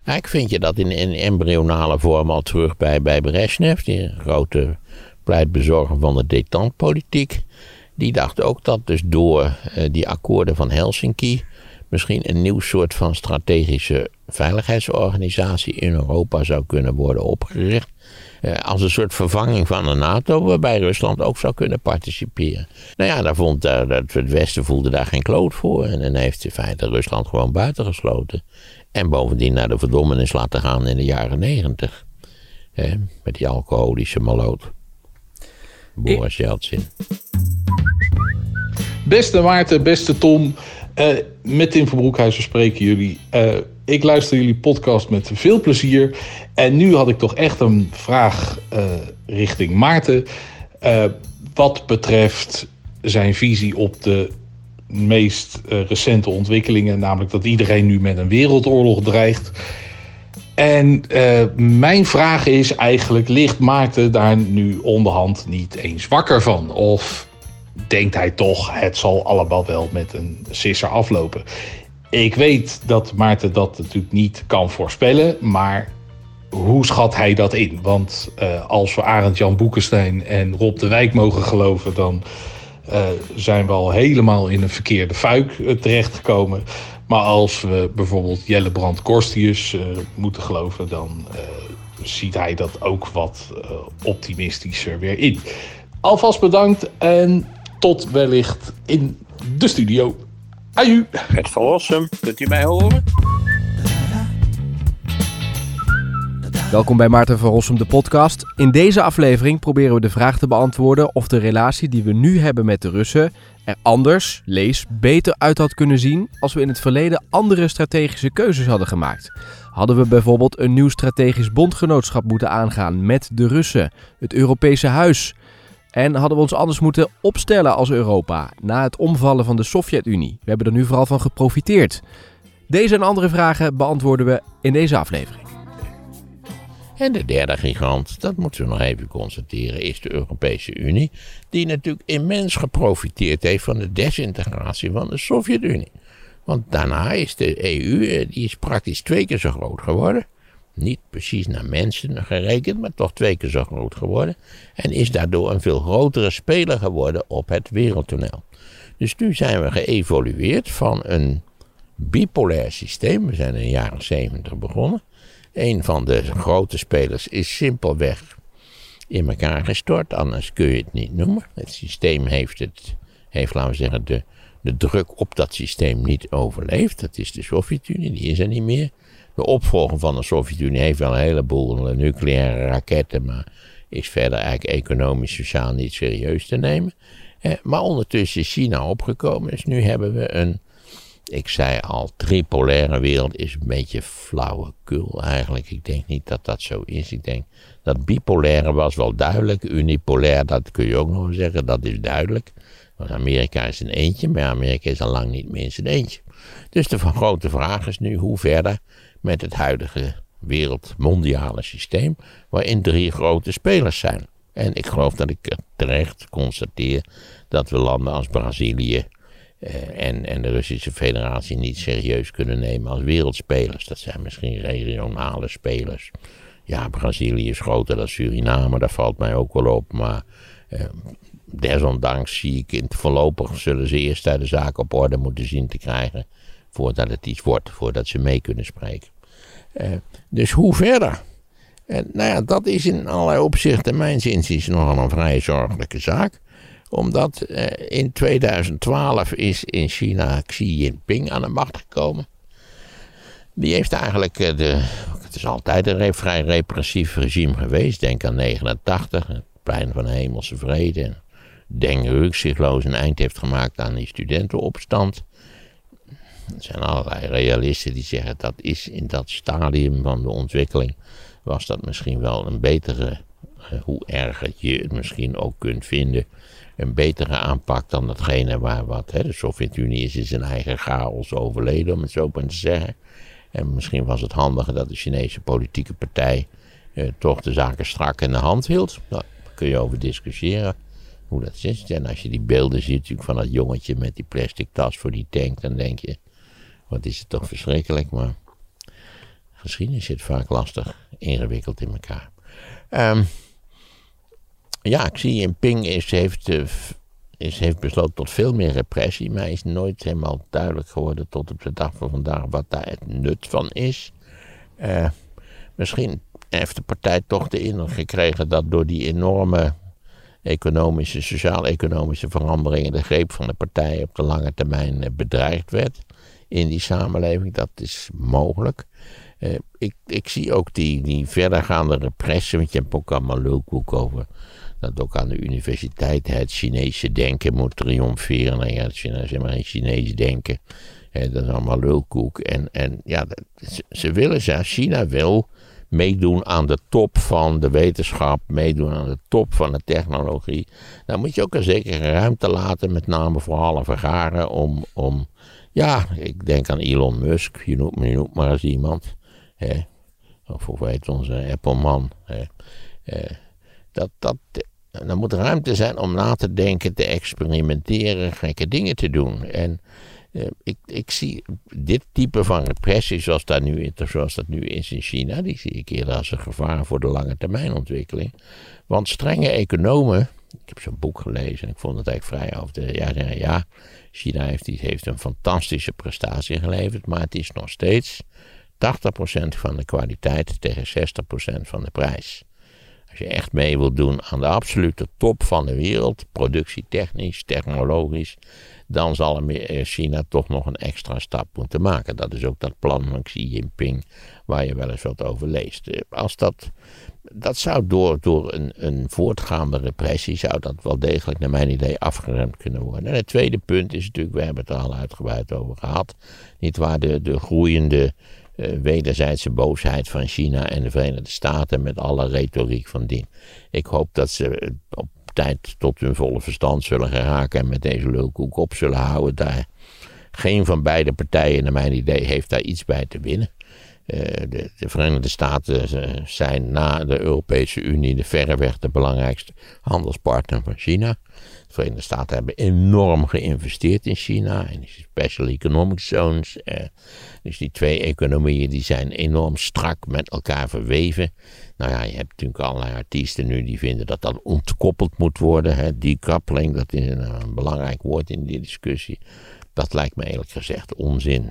Eigenlijk vind je dat in embryonale vorm al terug bij Brezhnev, die grote pleitbezorger van de détentepolitiek. Die dacht ook dat dus door die akkoorden van Helsinki misschien een nieuw soort van strategische veiligheidsorganisatie in Europa zou kunnen worden opgericht. Als een soort vervanging van de NATO, waarbij Rusland ook zou kunnen participeren. Nou ja, het Westen voelde daar geen kloot voor. En dan heeft in feite Rusland gewoon buitengesloten. En bovendien naar de verdommenis laten gaan in de jaren 90. Met die alcoholische maloot. Boris Yeltsin. Beste Maarten, beste Tom. Met Tim van Broekhuizen spreken jullie. Ik luister jullie podcast met veel plezier. En nu had ik toch echt een vraag richting Maarten. Wat betreft zijn visie op de meest recente ontwikkelingen. Namelijk dat iedereen nu met een wereldoorlog dreigt. En mijn vraag is eigenlijk, ligt Maarten daar nu onderhand niet eens wakker van? Of denkt hij toch, het zal allemaal wel met een sisser aflopen? Ik weet dat Maarten dat natuurlijk niet kan voorspellen, maar hoe schat hij dat in? Want als we Arend-Jan Boekenstein en Rob de Wijk mogen geloven, dan zijn we al helemaal in een verkeerde fuik terechtgekomen. Maar als we bijvoorbeeld Jelle Brand-Korstius moeten geloven, dan ziet hij dat ook wat optimistischer weer in. Alvast bedankt en tot wellicht in de studio. Aju! Het Verrossum, kunt u mij horen? Welkom bij Maarten van Rossum, de podcast. In deze aflevering proberen we de vraag te beantwoorden of de relatie die we nu hebben met de Russen er anders, lees, beter uit had kunnen zien als we in het verleden andere strategische keuzes hadden gemaakt. Hadden we bijvoorbeeld een nieuw strategisch bondgenootschap moeten aangaan met de Russen, het Europese huis. En hadden we ons anders moeten opstellen als Europa na het omvallen van de Sovjet-Unie. We hebben er nu vooral van geprofiteerd. Deze en andere vragen beantwoorden we in deze aflevering. En de derde gigant, dat moeten we nog even constateren, is de Europese Unie. Die natuurlijk immens geprofiteerd heeft van de desintegratie van de Sovjet-Unie. Want daarna is de EU, die is praktisch 2 keer zo groot geworden. Niet precies naar mensen gerekend, maar toch 2 keer zo groot geworden. En is daardoor een veel grotere speler geworden op het wereldtoneel. Dus nu zijn we geëvolueerd van een bipolair systeem. We zijn in de jaren 70 begonnen. Een van de grote spelers is simpelweg in elkaar gestort, anders kun je het niet noemen. Het systeem heeft laten we zeggen, de druk op dat systeem niet overleefd. Dat is de Sovjet-Unie, die is er niet meer. De opvolger van de Sovjet-Unie heeft wel een heleboel nucleaire raketten, maar is verder eigenlijk economisch, sociaal niet serieus te nemen. Maar ondertussen is China opgekomen, dus nu hebben we een, ik zei al, tripolaire wereld is een beetje flauwekul eigenlijk. Ik denk niet dat dat zo is. Ik denk dat bipolaire was wel duidelijk. Unipolair, dat kun je ook nog zeggen, dat is duidelijk. Want Amerika is een eentje, maar Amerika is al lang niet meer in zijn eentje. Dus de grote vraag is nu hoe verder met het huidige wereldmondiale systeem, waarin 3 grote spelers zijn. En ik geloof dat ik terecht constateer dat we landen als Brazilië en de Russische Federatie niet serieus kunnen nemen als wereldspelers. Dat zijn misschien regionale spelers. Ja, Brazilië is groter dan Suriname, dat valt mij ook wel op. Maar desondanks zie ik voorlopig zullen ze eerst de zaak op orde moeten zien te krijgen voordat het iets wordt, voordat ze mee kunnen spreken. Dus hoe verder? Nou ja, dat is in allerlei opzichten mijns inziens nogal een vrij zorgelijke zaak. Omdat in 2012 is in China Xi Jinping aan de macht gekomen. Die heeft eigenlijk, het is altijd een vrij repressief regime geweest. Denk aan 89, het plein van de hemelse vrede. Deng rukzichtloos een eind heeft gemaakt aan die studentenopstand. Er zijn allerlei realisten die zeggen dat is in dat stadium van de ontwikkeling was dat misschien wel een betere, hoe erg je het misschien ook kunt vinden, een betere aanpak dan datgene waar de Sovjet-Unie is in zijn eigen chaos overleden, om het zo maar te zeggen. En misschien was het handiger dat de Chinese politieke partij toch de zaken strak in de hand hield. Nou, daar kun je over discussiëren hoe dat is. En als je die beelden ziet natuurlijk van dat jongetje met die plastic tas voor die tank, dan denk je, wat is het toch verschrikkelijk, maar geschiedenis zit vaak lastig, ingewikkeld in elkaar. Ik zie Jinping heeft besloten tot veel meer repressie, maar is nooit helemaal duidelijk geworden tot op de dag van vandaag wat daar het nut van is. Misschien heeft de partij toch de indruk gekregen dat door die enorme sociaal-economische veranderingen de greep van de partij op de lange termijn bedreigd werd in die samenleving. Dat is mogelijk. Ik zie ook die verdergaande repressie, want je hebt ook allemaal lulkoek over dat ook aan de universiteit het Chinese denken moet triomferen. Nou ja, zeg maar een Chinees denken. Dat is allemaal lulkoek. China wil meedoen aan de top van de wetenschap, meedoen aan de top van de technologie. Dan moet je ook een zekere ruimte laten, met name voor alle vergaren, om ik denk aan Elon Musk, je noemt maar eens iemand. Of hoe heet onze Apple-man. Er moet ruimte zijn om na te denken, te experimenteren, gekke dingen te doen. En ik zie dit type van repressie, zoals dat nu is in China, die zie ik eerder als een gevaar voor de lange termijn ontwikkeling. Want strenge economen, ik heb zo'n boek gelezen en ik vond het eigenlijk vrij over China heeft een fantastische prestatie geleverd, maar het is nog steeds 80% van de kwaliteit tegen 60% van de prijs. Als je echt mee wilt doen aan de absolute top van de wereld, productietechnisch, technologisch, dan zal China toch nog een extra stap moeten maken. Dat is ook dat plan van Xi Jinping, waar je wel eens wat over leest. Als dat zou door een voortgaande repressie, zou dat wel degelijk naar mijn idee afgeremd kunnen worden. En het tweede punt is natuurlijk, we hebben het er al uitgebreid over gehad, niet waar de groeiende wederzijdse boosheid van China en de Verenigde Staten met alle retoriek van dien. Ik hoop dat ze op tijd tot hun volle verstand zullen geraken en met deze lulkoek op zullen houden. Daar geen van beide partijen, naar mijn idee, heeft daar iets bij te winnen. De Verenigde Staten zijn na de Europese Unie de verreweg de belangrijkste handelspartner van China. De Verenigde Staten hebben enorm geïnvesteerd in China, in die special economic zones. Dus die twee economieën die zijn enorm strak met elkaar verweven. Nou ja, je hebt natuurlijk allerlei artiesten nu die vinden dat dat ontkoppeld moet worden. Decoupling, dat is een belangrijk woord in die discussie. Dat lijkt me eerlijk gezegd onzin.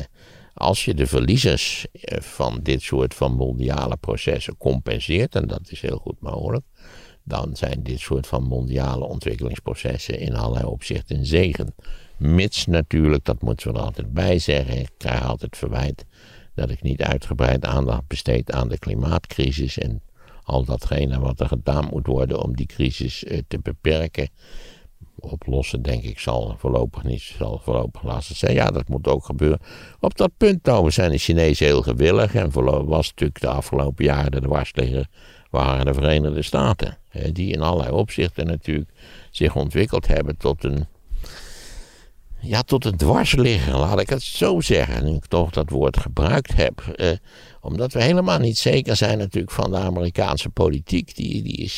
Als je de verliezers van dit soort van mondiale processen compenseert, en dat is heel goed mogelijk, dan zijn dit soort van mondiale ontwikkelingsprocessen in allerlei opzichten een zegen. Mits natuurlijk, dat moeten we er altijd bij zeggen, ik krijg altijd verwijt dat ik niet uitgebreid aandacht besteed aan de klimaatcrisis en al datgene wat er gedaan moet worden om die crisis te beperken. Oplossen, denk ik, zal voorlopig lastig zijn. Ja, dat moet ook gebeuren. Op dat punt zijn de Chinezen heel gewillig. En was natuurlijk de afgelopen jaren de dwarsligger waren de Verenigde Staten. Die in allerlei opzichten natuurlijk zich ontwikkeld hebben tot een dwarsligger, laat ik het zo zeggen. Nu ik toch dat woord gebruikt heb. Omdat we helemaal niet zeker zijn natuurlijk van de Amerikaanse politiek. Die is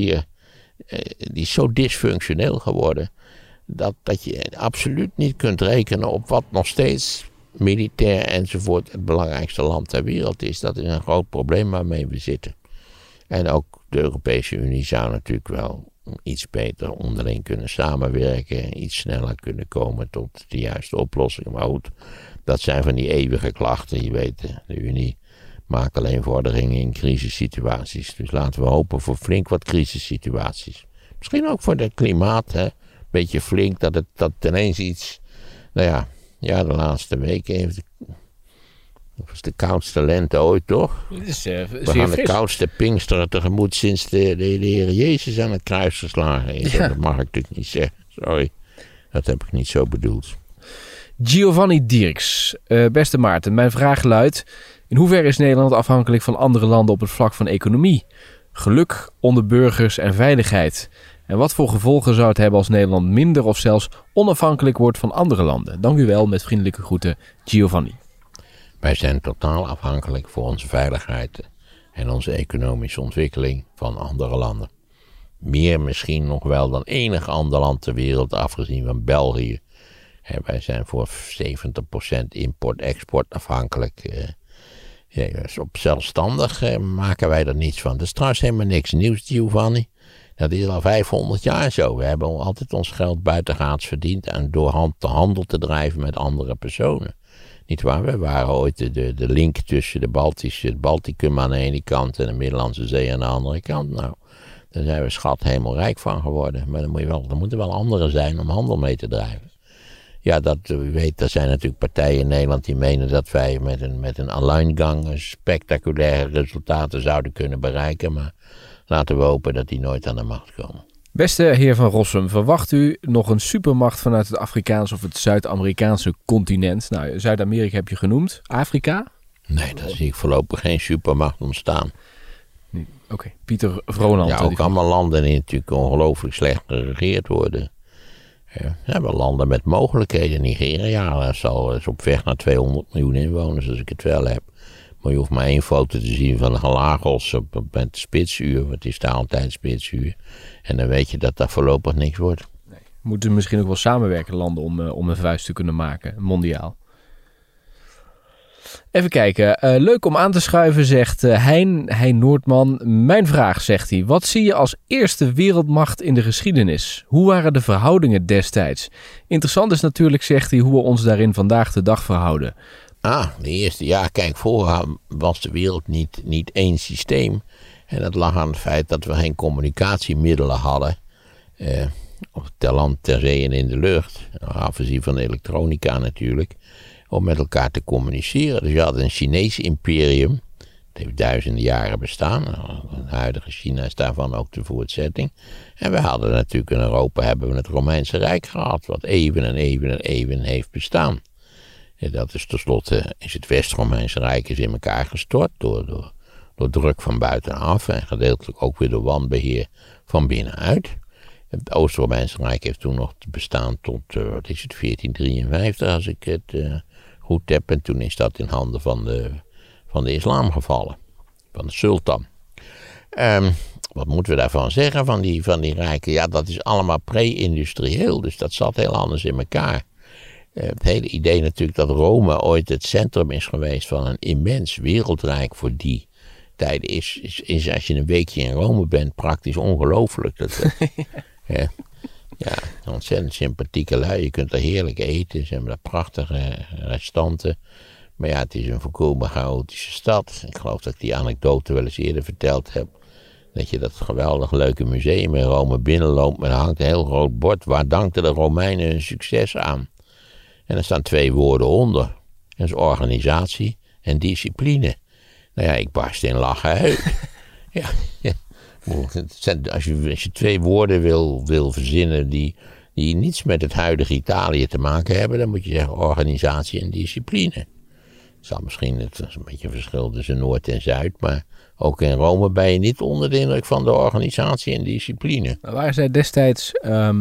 zo dysfunctioneel geworden, dat je absoluut niet kunt rekenen op wat nog steeds militair enzovoort het belangrijkste land ter wereld is. Dat is een groot probleem waarmee we zitten. En ook de Europese Unie zou natuurlijk wel iets beter onderling kunnen samenwerken, iets sneller kunnen komen tot de juiste oplossing. Maar goed, dat zijn van die eeuwige klachten. Je weet, de Unie maakt alleen vorderingen in crisissituaties. Dus laten we hopen voor flink wat crisissituaties. Misschien ook voor het klimaat, hè. Beetje flink, dat ineens iets. Nou ja, de laatste weken was de koudste lente ooit, toch? We gaan de koudste Pinksteren tegemoet sinds de Heer Jezus aan het kruis geslagen is. Ja. Dat mag ik natuurlijk niet zeggen. Sorry, dat heb ik niet zo bedoeld. Giovanni Dirks. Beste Maarten, mijn vraag luidt: in hoeverre is Nederland afhankelijk van andere landen op het vlak van economie, geluk onder burgers en veiligheid? En wat voor gevolgen zou het hebben als Nederland minder of zelfs onafhankelijk wordt van andere landen? Dank u wel, met vriendelijke groeten, Giovanni. Wij zijn totaal afhankelijk voor onze veiligheid en onze economische ontwikkeling van andere landen. Meer misschien nog wel dan enig ander land ter wereld, afgezien van België. Wij zijn voor 70% import-export afhankelijk. Ja, dus op zelfstandig maken wij er niets van. Dat is trouwens helemaal niks nieuws, Giovanni. Dat is al 500 jaar zo. We hebben altijd ons geld buitengaats verdiend en door handel te drijven met andere personen. Niet waar? We waren ooit de link tussen het Balticum aan de ene kant en de Middellandse Zee aan de andere kant. Nou, daar zijn we schat hemelrijk van geworden. Maar er moeten wel anderen zijn om handel mee te drijven. Ja, u weet, er zijn natuurlijk partijen in Nederland die menen dat wij met een alleingang spectaculaire resultaten zouden kunnen bereiken. Maar laten we hopen dat die nooit aan de macht komen. Beste heer Van Rossum, verwacht u nog een supermacht vanuit het Afrikaanse of het Zuid-Amerikaanse continent? Nou, Zuid-Amerika heb je genoemd. Afrika? Nee, daar zie ik voorlopig geen supermacht ontstaan. Oké, Pieter Vroland. Ja, ook allemaal landen die natuurlijk ongelooflijk slecht geregeerd worden. Ja, we hebben landen met mogelijkheden. Nigeria is op weg naar 200 miljoen inwoners, als ik het wel heb. Maar je hoeft maar 1 foto te zien van de Galagos met spitsuur. Het is daar altijd spitsuur. En dan weet je dat daar voorlopig niks wordt. Nee. Moeten misschien ook wel samenwerken landen om een vuist te kunnen maken, mondiaal. Even kijken. Leuk om aan te schuiven, zegt Hein Noordman. Mijn vraag, zegt hij. Wat zie je als eerste wereldmacht in de geschiedenis? Hoe waren de verhoudingen destijds? Interessant is natuurlijk, zegt hij, hoe we ons daarin vandaag de dag verhouden. De eerste. Ja, kijk, vroeger was de wereld niet één systeem. En dat lag aan het feit dat we geen communicatiemiddelen hadden. Ter land, ter zee en in de lucht. Afgezien van de elektronica natuurlijk. Om met elkaar te communiceren. Dus je had een Chinees imperium. Het heeft duizenden jaren bestaan. Het huidige China is daarvan ook de voortzetting. En we hadden natuurlijk in Europa hebben we het Romeinse Rijk gehad. Wat eeuwen heeft bestaan. En dat is tenslotte is het West-Romeinse Rijk is in elkaar gestort door druk van buitenaf. En gedeeltelijk ook weer door wanbeheer van binnenuit. Het Oost-Romeinse Rijk heeft toen nog bestaan tot 1453 als ik het goed heb. En toen is dat in handen van de islam gevallen. Van de sultan. Wat moeten we daarvan zeggen van die rijken? Ja, dat is allemaal pre-industrieel. Dus dat zat heel anders in elkaar. Het hele idee natuurlijk dat Rome ooit het centrum is geweest van een immens wereldrijk voor die tijden is als je een weekje in Rome bent praktisch ongelooflijk. Ja, ontzettend sympathieke lui. Je kunt er heerlijk eten. Ze hebben daar prachtige restauranten. Maar ja, het is een volkomen chaotische stad. Ik geloof dat ik die anekdote wel eens eerder verteld heb. Dat je dat geweldig leuke museum in Rome binnenloopt. Maar er hangt een heel groot bord. Waar dankten de Romeinen hun succes aan? En er staan 2 woorden onder. Dat is organisatie en discipline. Nou ja, ik barst in lachen uit. Ja. Als je 2 woorden wil verzinnen die niets met het huidige Italië te maken hebben, dan moet je zeggen organisatie en discipline. Het zal misschien het is een beetje een verschil tussen Noord en Zuid, maar ook in Rome ben je niet onder de indruk van de organisatie en discipline. Maar waren zij destijds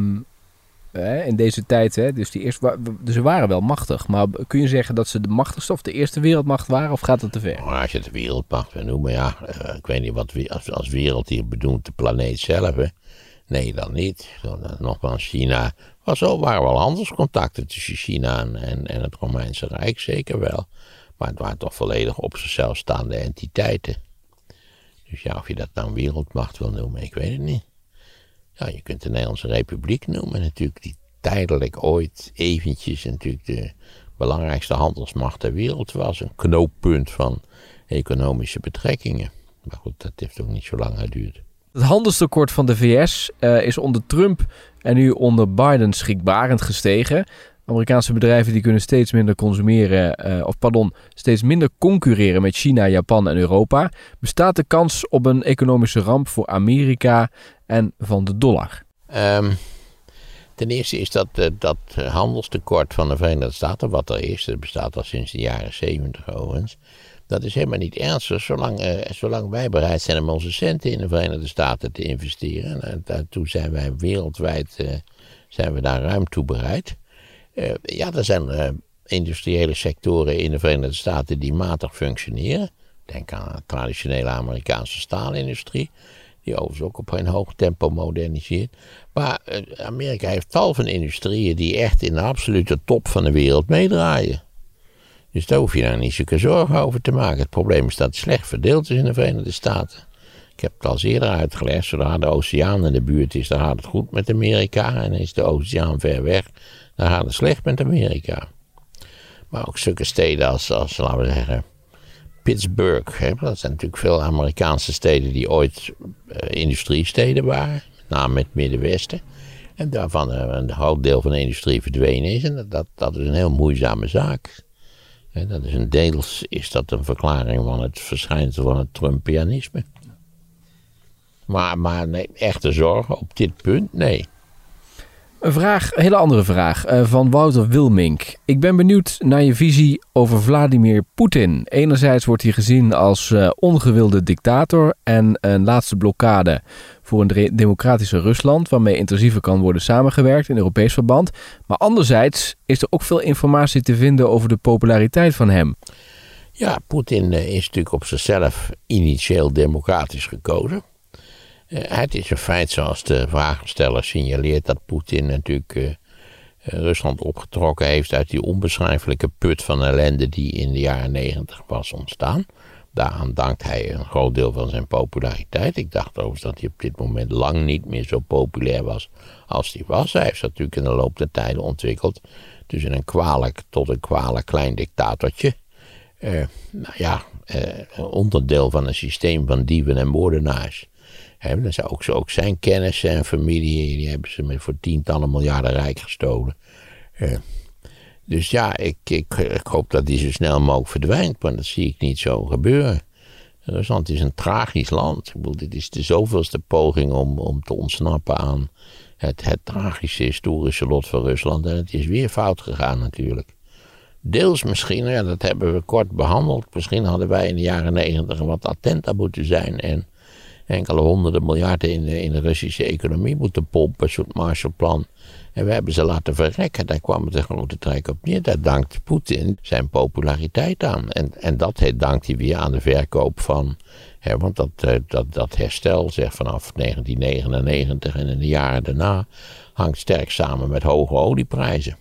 in deze tijd, dus ze waren wel machtig, maar kun je zeggen dat ze de machtigste of de eerste wereldmacht waren, of gaat dat te ver? Nou, als je het de wereldmacht wil noemen, ja, ik weet niet wat als wereld hier bedoelt, de planeet zelf, hè? Nee, dan niet. Nogmaals, China, waren wel handelscontacten tussen China en het Romeinse Rijk, zeker wel. Maar het waren toch volledig op zichzelf staande entiteiten. Dus ja, of je dat nou wereldmacht wil noemen, ik weet het niet. Ja, je kunt de Nederlandse Republiek noemen natuurlijk, die tijdelijk ooit eventjes natuurlijk de belangrijkste handelsmacht ter wereld was. Een knooppunt van economische betrekkingen. Maar goed, dat heeft ook niet zo lang geduurd. Het handelstekort van de VS is onder Trump en nu onder Biden schrikbarend gestegen. Amerikaanse bedrijven die kunnen steeds minder steeds minder concurreren met China, Japan en Europa. Bestaat de kans op een economische ramp voor Amerika en van de dollar? Ten eerste is dat handelstekort van de Verenigde Staten, wat er is, dat bestaat al sinds de jaren 70 overigens. Dat is helemaal niet ernstig, zolang wij bereid zijn om onze centen in de Verenigde Staten te investeren. En daartoe zijn wij wereldwijd daar ruim toe bereid. Er zijn industriële sectoren in de Verenigde Staten die matig functioneren. Denk aan de traditionele Amerikaanse staalindustrie, die overigens ook op een hoog tempo moderniseert. Maar Amerika heeft tal van industrieën die echt in de absolute top van de wereld meedraaien. Dus daar hoef je nou niet zulke zorgen over te maken. Het probleem is dat het slecht verdeeld is in de Verenigde Staten. Ik heb het al eerder uitgelegd. Zodra de oceaan in de buurt is, dan gaat het goed met Amerika. En is de oceaan ver weg, dan gaat het slecht met Amerika. Maar ook zulke steden als laten we zeggen, Pittsburgh. Hè? Dat zijn natuurlijk veel Amerikaanse steden die ooit industriesteden waren. Met name het Middenwesten. En daarvan een groot deel van de industrie verdwenen is. En dat is een heel moeizame zaak. En dat is deels is dat een verklaring van het verschijnsel van het Trumpianisme. Maar nee, echte zorgen op dit punt, nee. Een hele andere vraag van Wouter Wilmink. Ik ben benieuwd naar je visie over Vladimir Poetin. Enerzijds wordt hij gezien als ongewilde dictator en een laatste blokkade voor een democratische Rusland, waarmee intensiever kan worden samengewerkt in Europees verband. Maar anderzijds is er ook veel informatie te vinden over de populariteit van hem. Ja, Poetin is natuurlijk op zichzelf initieel democratisch gekozen. Het is een feit, zoals de vragensteller signaleert, dat Poetin natuurlijk Rusland opgetrokken heeft uit die onbeschrijfelijke put van ellende die in de jaren 90 was ontstaan. Daaraan dankt hij een groot deel van zijn populariteit. Ik dacht overigens dat hij op dit moment lang niet meer zo populair was als hij was. Hij heeft zich natuurlijk in de loop der tijden ontwikkeld tussen een kwalijk tot een kwalijk klein dictatortje. Onderdeel van een systeem van dieven en moordenaars. Dat is ook zijn kennissen en familie, die hebben ze voor tientallen miljarden rijk gestolen. Dus ja, ik hoop dat die zo snel mogelijk verdwijnt, maar dat zie ik niet zo gebeuren. Rusland is een tragisch land. Ik bedoel, dit is de zoveelste poging om te ontsnappen aan het tragische historische lot van Rusland. En het is weer fout gegaan natuurlijk. Deels misschien, ja, dat hebben we kort behandeld. Misschien hadden wij in de jaren 90 wat attenter moeten zijn en enkele honderden miljarden in de Russische economie moeten pompen, een soort Marshallplan. En we hebben ze laten verrekken. Daar kwam het een grote trek op neer. Daar dankt Poetin zijn populariteit aan. En dat dankt hij weer aan de verkoop van. Want dat herstel, zeg vanaf 1999 en in de jaren daarna, hangt sterk samen met hoge olieprijzen.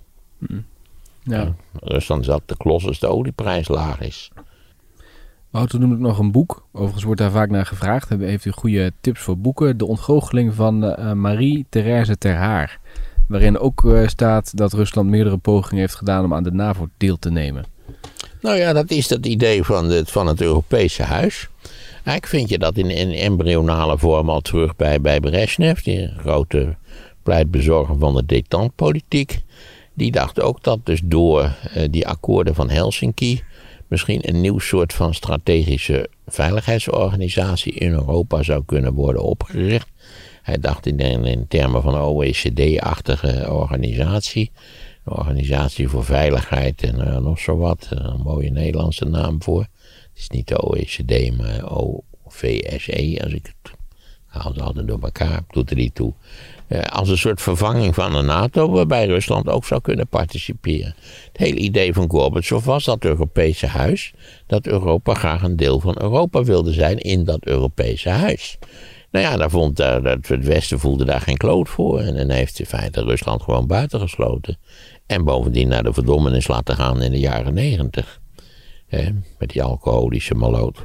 Ja. Rusland zat de klos als de olieprijs laag is. Wouter noemt nog een boek. Overigens wordt daar vaak naar gevraagd. Heeft u goede tips voor boeken? De ontgoocheling van Marie-Thérèse ter Haar. Waarin ook staat dat Rusland meerdere pogingen heeft gedaan om aan de NAVO deel te nemen. Nou ja, dat is dat idee van het Europese huis. Eigenlijk vind je dat in embryonale vorm al terug bij Brezhnev, die grote pleitbezorger van de détentepolitiek. Die dacht ook dat dus door die akkoorden van Helsinki misschien een nieuw soort van strategische veiligheidsorganisatie in Europa zou kunnen worden opgericht. Hij dacht in termen van een OECD-achtige organisatie. Een organisatie voor veiligheid en nog zo wat. Een mooie Nederlandse naam voor. Het is niet de OECD, maar OVSE. Als ik het haal ze altijd door elkaar, doet er niet toe. Als een soort vervanging van de NATO, waarbij Rusland ook zou kunnen participeren. Het hele idee van Gorbachev was dat Europese huis, dat Europa graag een deel van Europa wilde zijn in dat Europese huis. Nou ja, het Westen voelde daar geen kloot voor. En dan heeft in feite Rusland gewoon buitengesloten. En bovendien naar de verdommenis laten gaan in de jaren 90. Met die alcoholische maloot.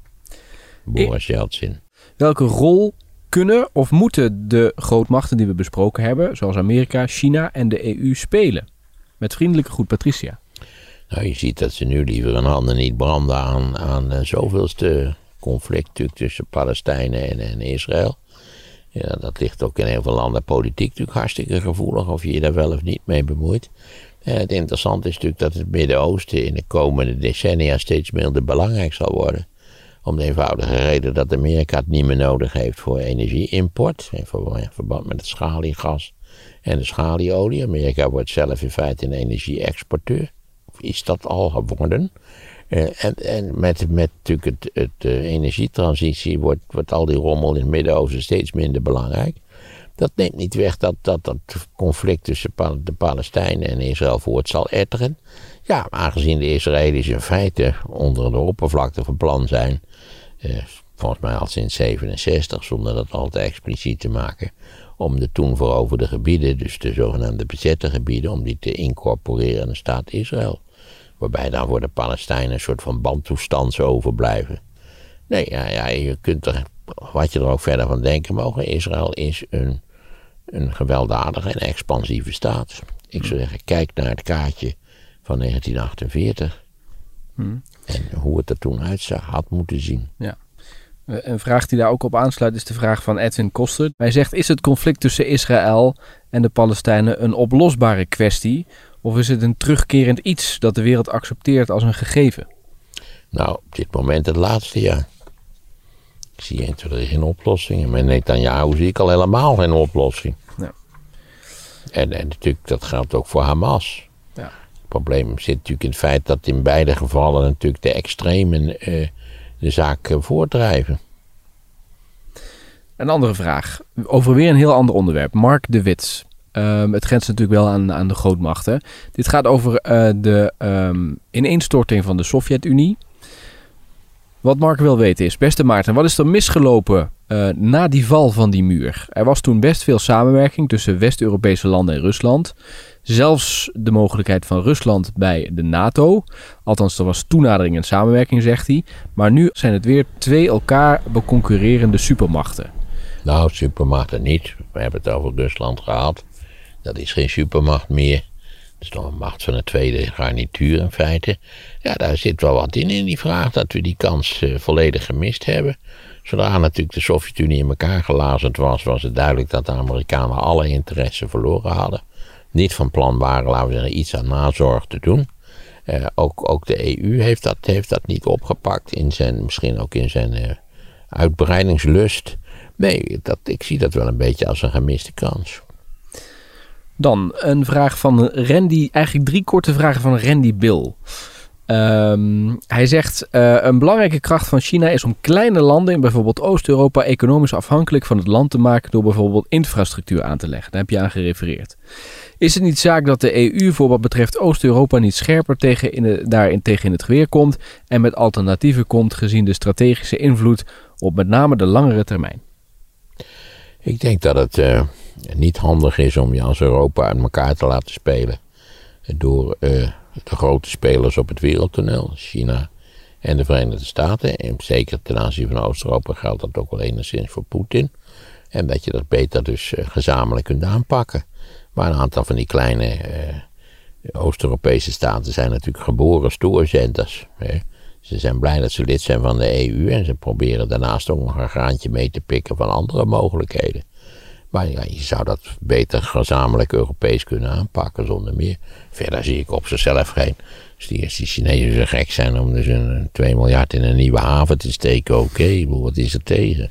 Boris Yeltsin. Welke rol kunnen of moeten de grootmachten die we besproken hebben, zoals Amerika, China en de EU, spelen? Met vriendelijke groet, Patricia. Nou, je ziet dat ze nu liever hun handen niet branden aan zoveelste conflict tussen Palestijnen en Israël. Ja, dat ligt ook in heel veel landen politiek natuurlijk hartstikke gevoelig, of je je daar wel of niet mee bemoeit. En het interessante is natuurlijk dat het Midden-Oosten in de komende decennia steeds minder belangrijk zal worden. Om de eenvoudige reden dat Amerika het niet meer nodig heeft voor energieimport. In verband met het schaliegas en de schalieolie. Amerika wordt zelf in feite een energie-exporteur. Of is dat al geworden? En met natuurlijk het energietransitie wordt al die rommel in het Midden-Oosten steeds minder belangrijk. Dat neemt niet weg dat conflict tussen de Palestijnen en Israël voort zal etteren. Ja, aangezien de Israëli's in feite onder de oppervlakte van plan zijn, volgens mij al sinds 1967, zonder dat al te expliciet te maken, om de toen veroverde gebieden, dus de zogenaamde bezette gebieden, om die te incorporeren in de staat Israël. Waarbij dan voor de Palestijnen een soort van bandtoestand zou overblijven. Nee, je kunt er, wat je er ook verder van denken mogen, Israël is een gewelddadige en expansieve staat. Ik zou zeggen, kijk naar het kaartje van 1948. En hoe het er toen uitzag, had moeten zien. Ja. Een vraag die daar ook op aansluit is de vraag van Edwin Koster. Hij zegt, is het conflict tussen Israël en de Palestijnen een oplosbare kwestie? Of is het een terugkerend iets dat de wereld accepteert als een gegeven? Nou, op dit moment het laatste jaar. Ik zie er geen oplossing. En met Netanyahu zie ik al helemaal geen oplossing. Ja. En natuurlijk, dat geldt ook voor Hamas. Ja. Het probleem zit natuurlijk in het feit dat in beide gevallen natuurlijk de extremen de zaak voortdrijven. Een andere vraag. Over weer een heel ander onderwerp. Mark de Wits. Het grenst natuurlijk wel aan de grootmachten. Dit gaat over de ineenstorting van de Sovjet-Unie. Wat Mark wil weten is, beste Maarten, wat is er misgelopen na die val van die muur? Er was toen best veel samenwerking tussen West-Europese landen en Rusland. Zelfs de mogelijkheid van Rusland bij de NATO. Althans, er was toenadering en samenwerking, zegt hij. Maar nu zijn het weer twee elkaar beconcurrerende supermachten. Nou, supermachten niet. We hebben het over Rusland gehad. Dat is geen supermacht meer. Dat is nog een macht van de tweede garnituur in feite. Ja, daar zit wel wat in die vraag dat we die kans volledig gemist hebben. Zodra natuurlijk de Sovjet-Unie in elkaar gelazerd was het duidelijk dat de Amerikanen alle interesse verloren hadden. Niet van plan waren, laten we zeggen, iets aan nazorg te doen. Ook de EU heeft dat niet opgepakt, misschien ook in zijn uitbreidingslust. Nee, ik zie dat wel een beetje als een gemiste kans. Dan een vraag van Randy, eigenlijk 3 korte vragen van Randy Bill. Hij zegt, een belangrijke kracht van China is om kleine landen in bijvoorbeeld Oost-Europa economisch afhankelijk van het land te maken door bijvoorbeeld infrastructuur aan te leggen. Daar heb je aan gerefereerd. Is het niet zaak dat de EU voor wat betreft Oost-Europa niet scherper daarin tegen in het geweer komt en met alternatieven komt gezien de strategische invloed op met name de langere termijn? Ik denk dat het niet handig is om je als Europa uit elkaar te laten spelen door de grote spelers op het wereldtoneel, China en de Verenigde Staten. En zeker ten aanzien van Oost-Europa geldt dat ook wel enigszins voor Poetin. En dat je dat beter dus gezamenlijk kunt aanpakken. Maar een aantal van die kleine Oost-Europese staten zijn natuurlijk geboren stoorzenders. Ze zijn blij dat ze lid zijn van de EU en ze proberen daarnaast ook nog een graantje mee te pikken van andere mogelijkheden. Maar ja, je zou dat beter gezamenlijk Europees kunnen aanpakken zonder meer. Verder zie ik op zichzelf geen. Als die Chinezen zo gek zijn om dus een 2 miljard in een nieuwe haven te steken, oké, wat is er tegen?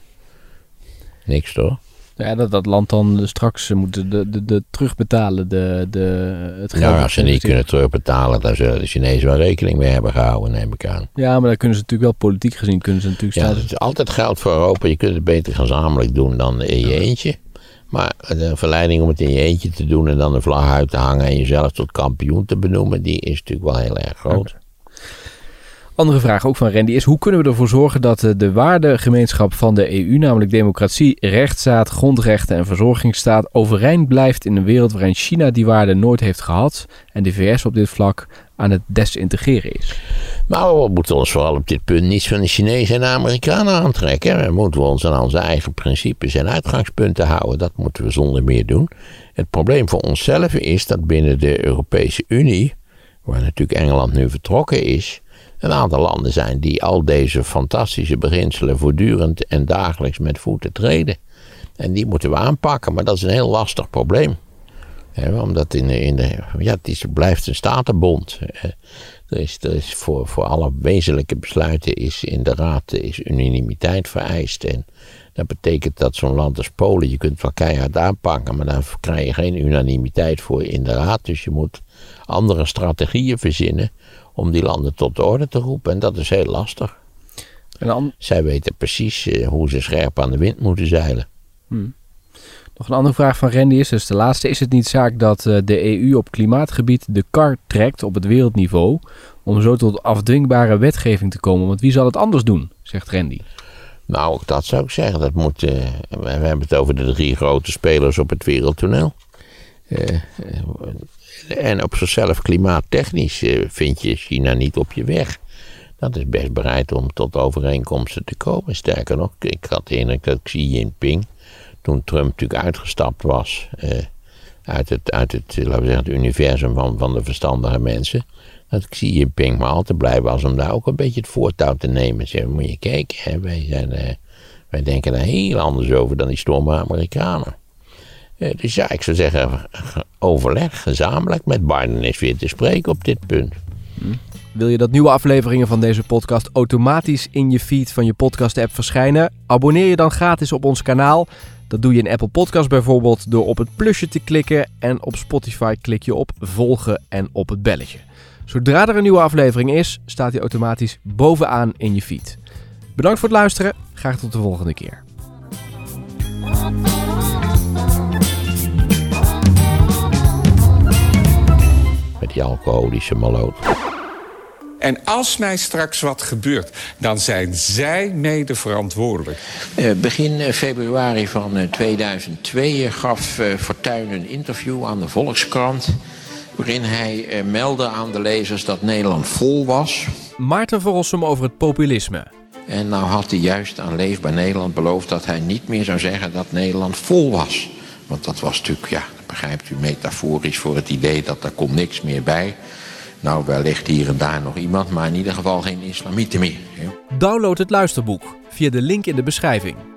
Niks toch? Ja, dat land dan straks moet de terugbetalen. Het geld. Nou, als ze niet kunnen terugbetalen, dan zullen de Chinezen wel rekening mee hebben gehouden, neem ik aan. Ja, maar dan kunnen ze natuurlijk wel politiek gezien Ja, het is altijd geld voor Europa. Je kunt het beter gezamenlijk doen dan in je eentje. Maar de verleiding om het in je eentje te doen en dan de vlag uit te hangen en jezelf tot kampioen te benoemen, die is natuurlijk wel heel erg groot. Okay. Andere vraag ook van Randy is, hoe kunnen we ervoor zorgen dat de waardegemeenschap van de EU, namelijk democratie, rechtsstaat, grondrechten en verzorgingsstaat, overeind blijft in een wereld waarin China die waarden nooit heeft gehad en de VS op dit vlak aan het desintegreren is? Nou, we moeten ons vooral op dit punt niets van de Chinezen en de Amerikanen aantrekken. We moeten ons aan onze eigen principes en uitgangspunten houden. Dat moeten we zonder meer doen. Het probleem voor onszelf is dat binnen de Europese Unie, waar natuurlijk Engeland nu vertrokken is, een aantal landen zijn die al deze fantastische beginselen voortdurend en dagelijks met voeten treden. En die moeten we aanpakken, maar dat is een heel lastig probleem. Omdat het blijft een statenbond. Er is voor alle wezenlijke besluiten is in de Raad is unanimiteit vereist. En dat betekent dat zo'n land als Polen, je kunt het wel keihard aanpakken, maar daar krijg je geen unanimiteit voor in de Raad. Dus je moet andere strategieën verzinnen om die landen tot de orde te roepen. En dat is heel lastig. Zij weten precies hoe ze scherp aan de wind moeten zeilen. Nog een andere vraag van Randy is, dus de laatste. Is het niet zaak dat de EU op klimaatgebied de kar trekt op het wereldniveau om zo tot afdwingbare wetgeving te komen? Want wie zal het anders doen, zegt Randy. Nou, dat zou ik zeggen. We hebben het over de 3 grote spelers op het wereldtoneel. En op zichzelf klimaattechnisch vind je China niet op je weg. Dat is best bereid om tot overeenkomsten te komen. Sterker nog, ik had de indruk dat Xi Jinping, toen Trump natuurlijk uitgestapt was uit het laten we zeggen, het universum van de verstandige mensen, dat Xi Jinping maar al te blij was om daar ook een beetje het voortouw te nemen. Zeg, moet je kijken, hè, wij denken daar heel anders over dan die stomme Amerikanen. Dus ja, ik zou zeggen, overleg gezamenlijk met Biden is weer te spreken op dit punt. Wil je dat nieuwe afleveringen van deze podcast automatisch in je feed van je podcast-app verschijnen? Abonneer je dan gratis op ons kanaal. Dat doe je in Apple Podcasts bijvoorbeeld door op het plusje te klikken. En op Spotify klik je op volgen en op het belletje. Zodra er een nieuwe aflevering is, staat die automatisch bovenaan in je feed. Bedankt voor het luisteren. Graag tot de volgende keer. Met die alcoholische maloot. En als mij straks wat gebeurt, dan zijn zij mede verantwoordelijk. Begin februari van 2002 gaf Fortuyn een interview aan de Volkskrant, waarin hij meldde aan de lezers dat Nederland vol was. Maarten van Rossum over het populisme. En nou had hij juist aan Leefbaar Nederland beloofd dat hij niet meer zou zeggen dat Nederland vol was. Want dat was natuurlijk, ja, begrijpt u, metaforisch voor het idee dat er komt niks meer bij. Nou, wellicht hier en daar nog iemand, maar in ieder geval geen islamieten meer. Download het luisterboek via de link in de beschrijving.